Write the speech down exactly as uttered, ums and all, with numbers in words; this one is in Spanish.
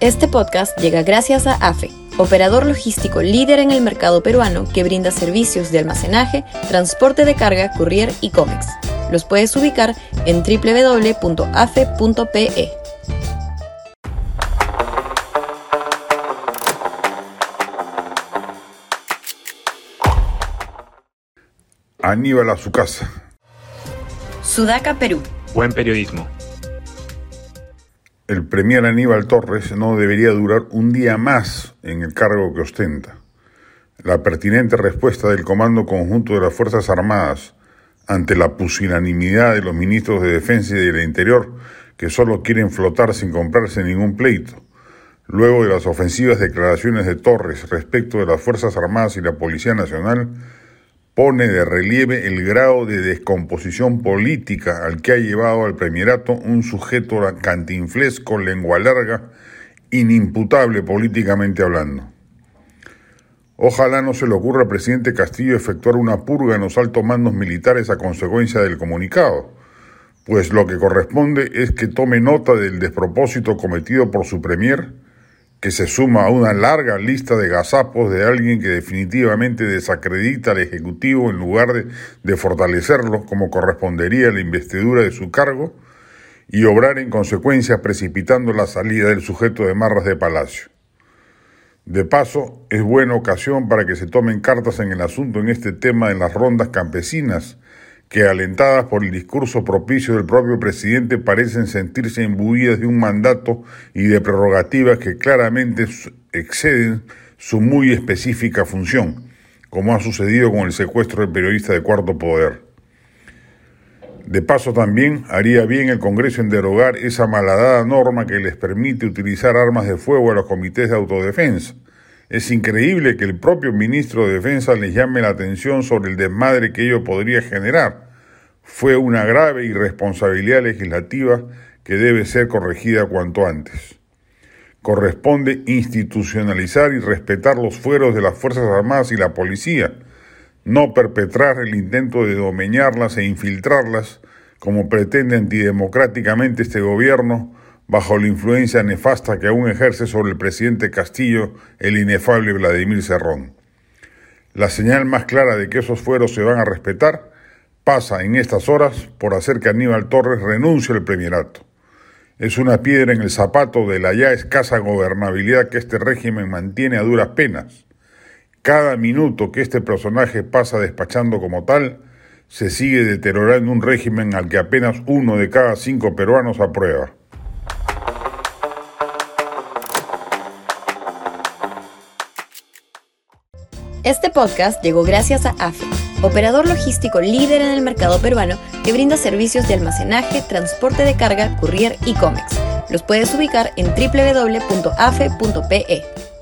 Este podcast llega gracias a AFE, operador logístico líder en el mercado peruano que brinda servicios de almacenaje, transporte de carga, courier y cómex. Los puedes ubicar en doble u doble u doble u punto a f e punto p e. Aníbal a su casa. Sudaca, Perú. Buen periodismo. El premier Aníbal Torres no debería durar un día más en el cargo que ostenta. La pertinente respuesta del Comando Conjunto de las Fuerzas Armadas ante la pusilanimidad de los ministros de Defensa y del Interior, que solo quieren flotar sin comprarse ningún pleito, luego de las ofensivas declaraciones de Torres respecto de las Fuerzas Armadas y la Policía Nacional, pone de relieve el grado de descomposición política al que ha llevado al premierato un sujeto cantinflesco, lengua larga, inimputable políticamente hablando. Ojalá no se le ocurra al presidente Castillo efectuar una purga en los altos mandos militares a consecuencia del comunicado, pues lo que corresponde es que tome nota del despropósito cometido por su premier, que se suma a una larga lista de gazapos de alguien que definitivamente desacredita al Ejecutivo en lugar de, de fortalecerlo como correspondería a la investidura de su cargo, y obrar en consecuencia precipitando la salida del sujeto de marras de Palacio. De paso, es buena ocasión para que se tomen cartas en el asunto en este tema de las rondas campesinas, que alentadas por el discurso propicio del propio presidente parecen sentirse imbuidas de un mandato y de prerrogativas que claramente exceden su muy específica función, como ha sucedido con el secuestro del periodista de Cuarto Poder. De paso también haría bien el Congreso en derogar esa malhadada norma que les permite utilizar armas de fuego a los comités de autodefensa. Es increíble que el propio ministro de Defensa les llame la atención sobre el desmadre que ello podría generar. Fue una grave irresponsabilidad legislativa que debe ser corregida cuanto antes. Corresponde institucionalizar y respetar los fueros de las Fuerzas Armadas y la Policía, no perpetrar el intento de domeñarlas e infiltrarlas, como pretende antidemocráticamente este gobierno, bajo la influencia nefasta que aún ejerce sobre el presidente Castillo el inefable Vladimir Cerrón. La señal más clara de que esos fueros se van a respetar pasa en estas horas por hacer que Aníbal Torres renuncie al premierato. Es una piedra en el zapato de la ya escasa gobernabilidad que este régimen mantiene a duras penas. Cada minuto que este personaje pasa despachando como tal, se sigue deteriorando un régimen al que apenas uno de cada cinco peruanos aprueba. Este podcast llegó gracias a AFE, operador logístico líder en el mercado peruano que brinda servicios de almacenaje, transporte de carga, courier y cómex. Los puedes ubicar en doble u doble u doble u punto a f e punto p e.